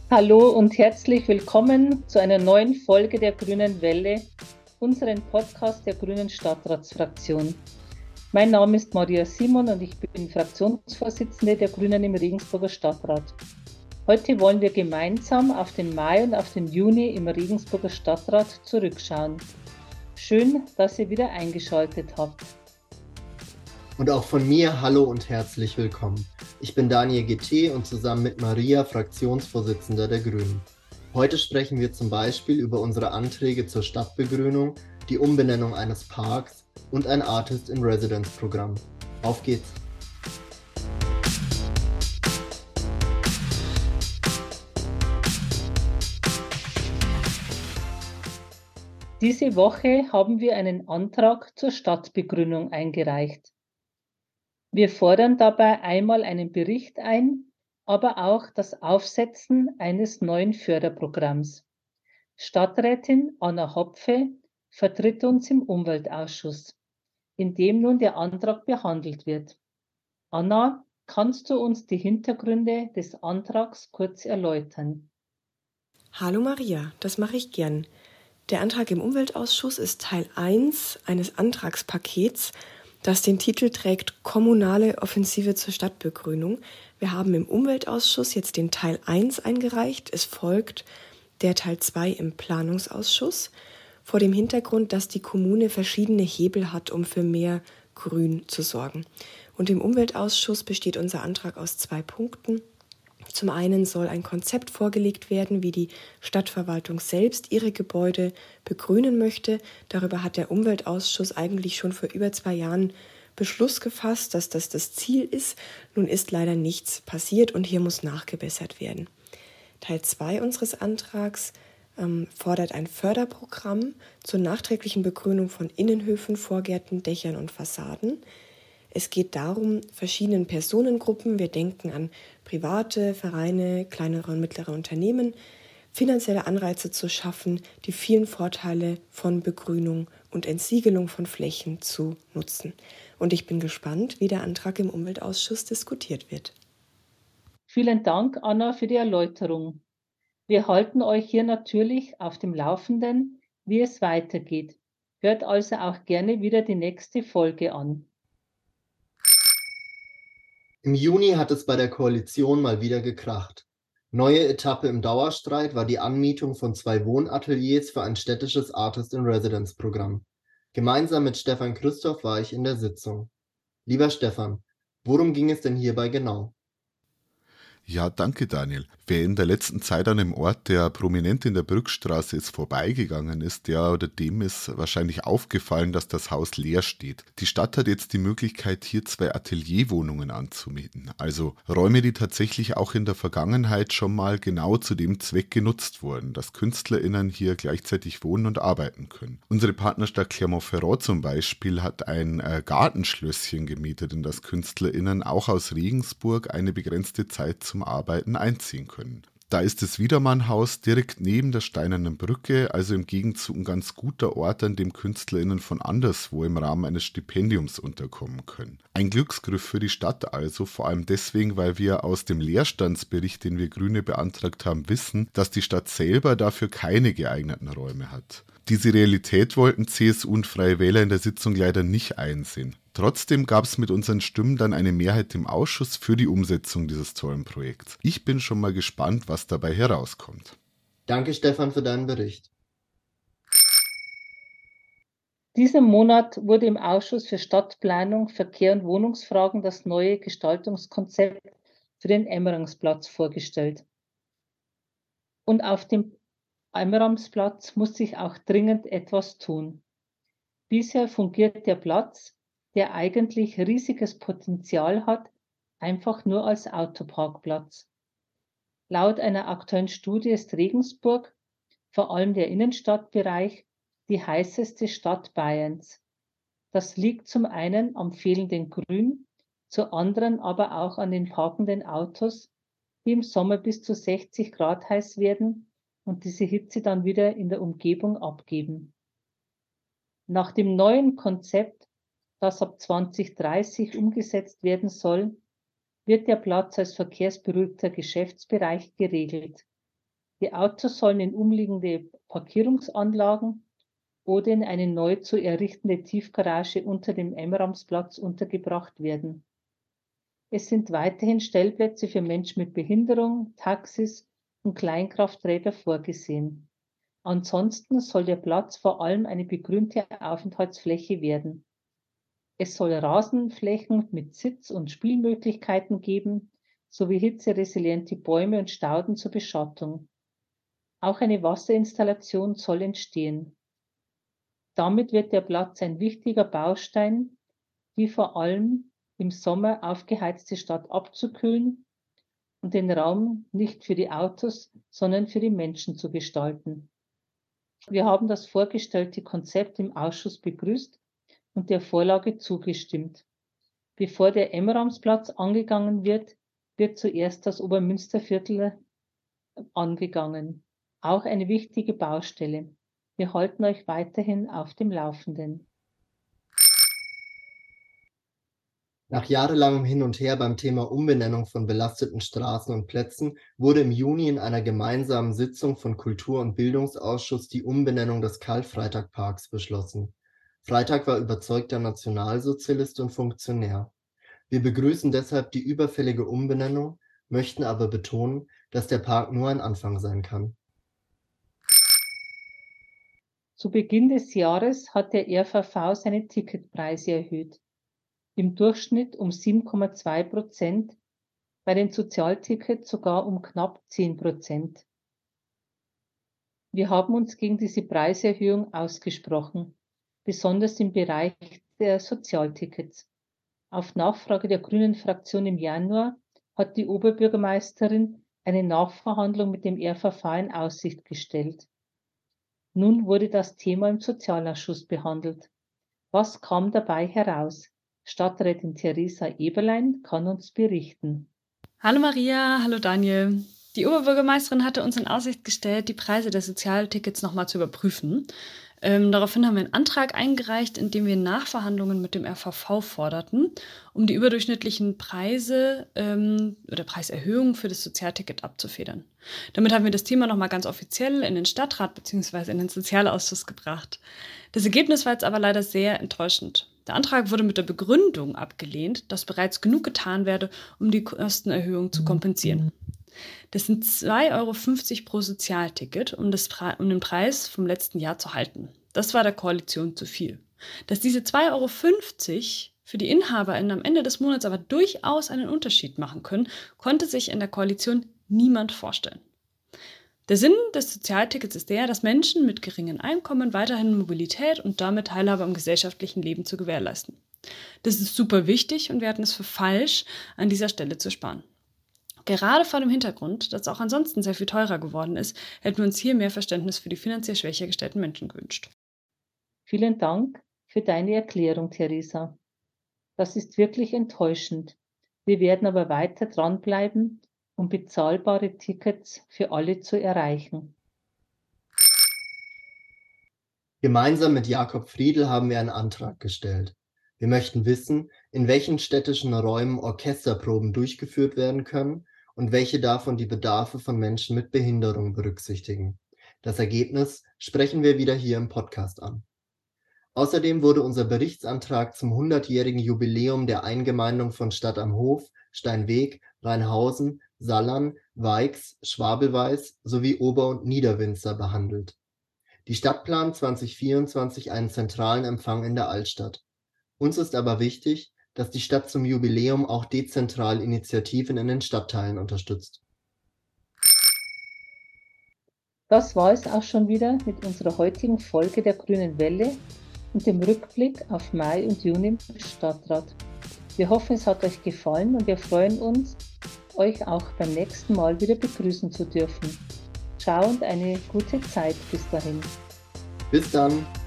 Hallo und herzlich willkommen zu einer neuen Folge der Grünen Welle, unseren Podcast der Grünen Stadtratsfraktion. Mein Name ist Maria Simon und ich bin Fraktionsvorsitzende der Grünen im Regensburger Stadtrat. Heute wollen wir gemeinsam auf den Mai und auf den Juni im Regensburger Stadtrat zurückschauen. Schön, dass ihr wieder eingeschaltet habt. Und auch von mir hallo und herzlich willkommen. Ich bin Daniel GT und zusammen mit Maria Fraktionsvorsitzender der Grünen. Heute sprechen wir zum Beispiel über unsere Anträge zur Stadtbegrünung, die Umbenennung eines Parks und ein Artist in Residence Programm. Auf geht's! Diese Woche haben wir einen Antrag zur Stadtbegrünung eingereicht. Wir fordern dabei einmal einen Bericht ein, aber auch das Aufsetzen eines neuen Förderprogramms. Stadträtin Anna Hopfe vertritt uns im Umweltausschuss, in dem nun der Antrag behandelt wird. Anna, kannst du uns die Hintergründe des Antrags kurz erläutern? Hallo Maria, das mache ich gern. Der Antrag im Umweltausschuss ist Teil 1 eines Antragspakets, das den Titel trägt Kommunale Offensive zur Stadtbegrünung. Wir haben im Umweltausschuss jetzt den Teil 1 eingereicht. Es folgt der Teil 2 im Planungsausschuss, vor dem Hintergrund, dass die Kommune verschiedene Hebel hat, um für mehr Grün zu sorgen. Und im Umweltausschuss besteht unser Antrag aus 2 Punkten. Zum einen soll ein Konzept vorgelegt werden, wie die Stadtverwaltung selbst ihre Gebäude begrünen möchte. Darüber hat der Umweltausschuss eigentlich schon vor über 2 Jahren Beschluss gefasst, dass das das Ziel ist. Nun ist leider nichts passiert und hier muss nachgebessert werden. Teil 2 unseres Antrags fordert ein Förderprogramm zur nachträglichen Begrünung von Innenhöfen, Vorgärten, Dächern und Fassaden. Es geht darum, verschiedenen Personengruppen, wir denken an private, Vereine, kleinere und mittlere Unternehmen, finanzielle Anreize zu schaffen, die vielen Vorteile von Begrünung und Entsiegelung von Flächen zu nutzen. Und ich bin gespannt, wie der Antrag im Umweltausschuss diskutiert wird. Vielen Dank, Anna, für die Erläuterung. Wir halten euch hier natürlich auf dem Laufenden, wie es weitergeht. Hört also auch gerne wieder die nächste Folge an. Im Juni hat es bei der Koalition mal wieder gekracht. Neue Etappe im Dauerstreit war die Anmietung von 2 Wohnateliers für ein städtisches Artist in Residence Programm. Gemeinsam mit Stefan Christoph war ich in der Sitzung. Lieber Stefan, worum ging es denn hierbei genau? Ja, danke Daniel. Wer in der letzten Zeit an einem Ort, der prominent in der Brückstraße ist, vorbeigegangen ist, der oder dem ist wahrscheinlich aufgefallen, dass das Haus leer steht. Die Stadt hat jetzt die Möglichkeit, hier 2 Atelierwohnungen anzumieten. Also Räume, die tatsächlich auch in der Vergangenheit schon mal genau zu dem Zweck genutzt wurden, dass KünstlerInnen hier gleichzeitig wohnen und arbeiten können. Unsere Partnerstadt Clermont-Ferrand zum Beispiel hat ein Gartenschlösschen gemietet, in das KünstlerInnen auch aus Regensburg eine begrenzte Zeit zum Arbeiten einziehen können. Da ist das Wiedermannhaus direkt neben der Steinernen Brücke, also im Gegenzug ein ganz guter Ort, an dem KünstlerInnen von anderswo im Rahmen eines Stipendiums unterkommen können. Ein Glücksgriff für die Stadt also, vor allem deswegen, weil wir aus dem Leerstandsbericht, den wir Grüne beantragt haben, wissen, dass die Stadt selber dafür keine geeigneten Räume hat. Diese Realität wollten CSU und Freie Wähler in der Sitzung leider nicht einsehen. Trotzdem gab es mit unseren Stimmen dann eine Mehrheit im Ausschuss für die Umsetzung dieses tollen Projekts. Ich bin schon mal gespannt, was dabei herauskommt. Danke, Stefan, für deinen Bericht. Diesen Monat wurde im Ausschuss für Stadtplanung, Verkehr und Wohnungsfragen das neue Gestaltungskonzept für den Emmeringsplatz vorgestellt. Und auf dem Emmeramsplatz muss sich auch dringend etwas tun. Bisher fungiert der Platz, der eigentlich riesiges Potenzial hat, einfach nur als Autoparkplatz. Laut einer aktuellen Studie ist Regensburg, vor allem der Innenstadtbereich, die heißeste Stadt Bayerns. Das liegt zum einen am fehlenden Grün, zu anderen aber auch an den parkenden Autos, die im Sommer bis zu 60 Grad heiß werden und diese Hitze dann wieder in der Umgebung abgeben. Nach dem neuen Konzept, das ab 2030 umgesetzt werden soll, wird der Platz als verkehrsberuhigter Geschäftsbereich geregelt. Die Autos sollen in umliegende Parkierungsanlagen oder in eine neu zu errichtende Tiefgarage unter dem Emramsplatz untergebracht werden. Es sind weiterhin Stellplätze für Menschen mit Behinderung, Taxis und Kleinkraftträger vorgesehen. Ansonsten soll der Platz vor allem eine begrünte Aufenthaltsfläche werden. Es soll Rasenflächen mit Sitz- und Spielmöglichkeiten geben, sowie hitzeresiliente Bäume und Stauden zur Beschattung. Auch eine Wasserinstallation soll entstehen. Damit wird der Platz ein wichtiger Baustein, die vor allem im Sommer aufgeheizte Stadt abzukühlen und den Raum nicht für die Autos, sondern für die Menschen zu gestalten. Wir haben das vorgestellte Konzept im Ausschuss begrüßt und der Vorlage zugestimmt. Bevor der Emramsplatz angegangen wird, wird zuerst das Obermünsterviertel angegangen. Auch eine wichtige Baustelle. Wir halten euch weiterhin auf dem Laufenden. Nach jahrelangem Hin und Her beim Thema Umbenennung von belasteten Straßen und Plätzen wurde im Juni in einer gemeinsamen Sitzung von Kultur- und Bildungsausschuss die Umbenennung des Karl-Freitag-Parks beschlossen. Freitag war überzeugter Nationalsozialist und Funktionär. Wir begrüßen deshalb die überfällige Umbenennung, möchten aber betonen, dass der Park nur ein Anfang sein kann. Zu Beginn des Jahres hat der RVV seine Ticketpreise erhöht. Im Durchschnitt um 7,2%, bei den Sozialtickets sogar um knapp 10%. Wir haben uns gegen diese Preiserhöhung ausgesprochen, besonders im Bereich der Sozialtickets. Auf Nachfrage der Grünen Fraktion im Januar hat die Oberbürgermeisterin eine Nachverhandlung mit dem RVV in Aussicht gestellt. Nun wurde das Thema im Sozialausschuss behandelt. Was kam dabei heraus? Stadträtin Theresa Eberlein kann uns berichten. Hallo Maria, hallo Daniel. Die Oberbürgermeisterin hatte uns in Aussicht gestellt, die Preise der Sozialtickets nochmal zu überprüfen. Daraufhin haben wir einen Antrag eingereicht, in dem wir Nachverhandlungen mit dem RVV forderten, um die überdurchschnittlichen Preise oder Preiserhöhungen für das Sozialticket abzufedern. Damit haben wir das Thema nochmal ganz offiziell in den Stadtrat bzw. in den Sozialausschuss gebracht. Das Ergebnis war jetzt aber leider sehr enttäuschend. Der Antrag wurde mit der Begründung abgelehnt, dass bereits genug getan werde, um die Kostenerhöhung zu kompensieren. Das sind 2,50 € pro Sozialticket, um den Preis vom letzten Jahr zu halten. Das war der Koalition zu viel. Dass diese 2,50 € für die InhaberInnen am Ende des Monats aber durchaus einen Unterschied machen können, konnte sich in der Koalition niemand vorstellen. Der Sinn des Sozialtickets ist der, dass Menschen mit geringen Einkommen weiterhin Mobilität und damit Teilhabe am gesellschaftlichen Leben zu gewährleisten. Das ist super wichtig und wir halten es für falsch, an dieser Stelle zu sparen. Gerade vor dem Hintergrund, dass es auch ansonsten sehr viel teurer geworden ist, hätten wir uns hier mehr Verständnis für die finanziell schwächer gestellten Menschen gewünscht. Vielen Dank für deine Erklärung, Theresa. Das ist wirklich enttäuschend. Wir werden aber weiter dranbleiben, um bezahlbare Tickets für alle zu erreichen. Gemeinsam mit Jakob Friedl haben wir einen Antrag gestellt. Wir möchten wissen, in welchen städtischen Räumen Orchesterproben durchgeführt werden können und welche davon die Bedarfe von Menschen mit Behinderung berücksichtigen. Das Ergebnis sprechen wir wieder hier im Podcast an. Außerdem wurde unser Berichtsantrag zum 100-jährigen Jubiläum der Eingemeindung von Stadt am Hof, Steinweg, Rheinhausen, Sallern, Weix, Schwabelweis sowie Ober- und Niederwinzer behandelt. Die Stadt plant 2024 einen zentralen Empfang in der Altstadt. Uns ist aber wichtig, dass die Stadt zum Jubiläum auch dezentral Initiativen in den Stadtteilen unterstützt. Das war es auch schon wieder mit unserer heutigen Folge der Grünen Welle und dem Rückblick auf Mai und Juni im Stadtrat. Wir hoffen, es hat euch gefallen und wir freuen uns, euch auch beim nächsten Mal wieder begrüßen zu dürfen. Ciao und eine gute Zeit bis dahin. Bis dann!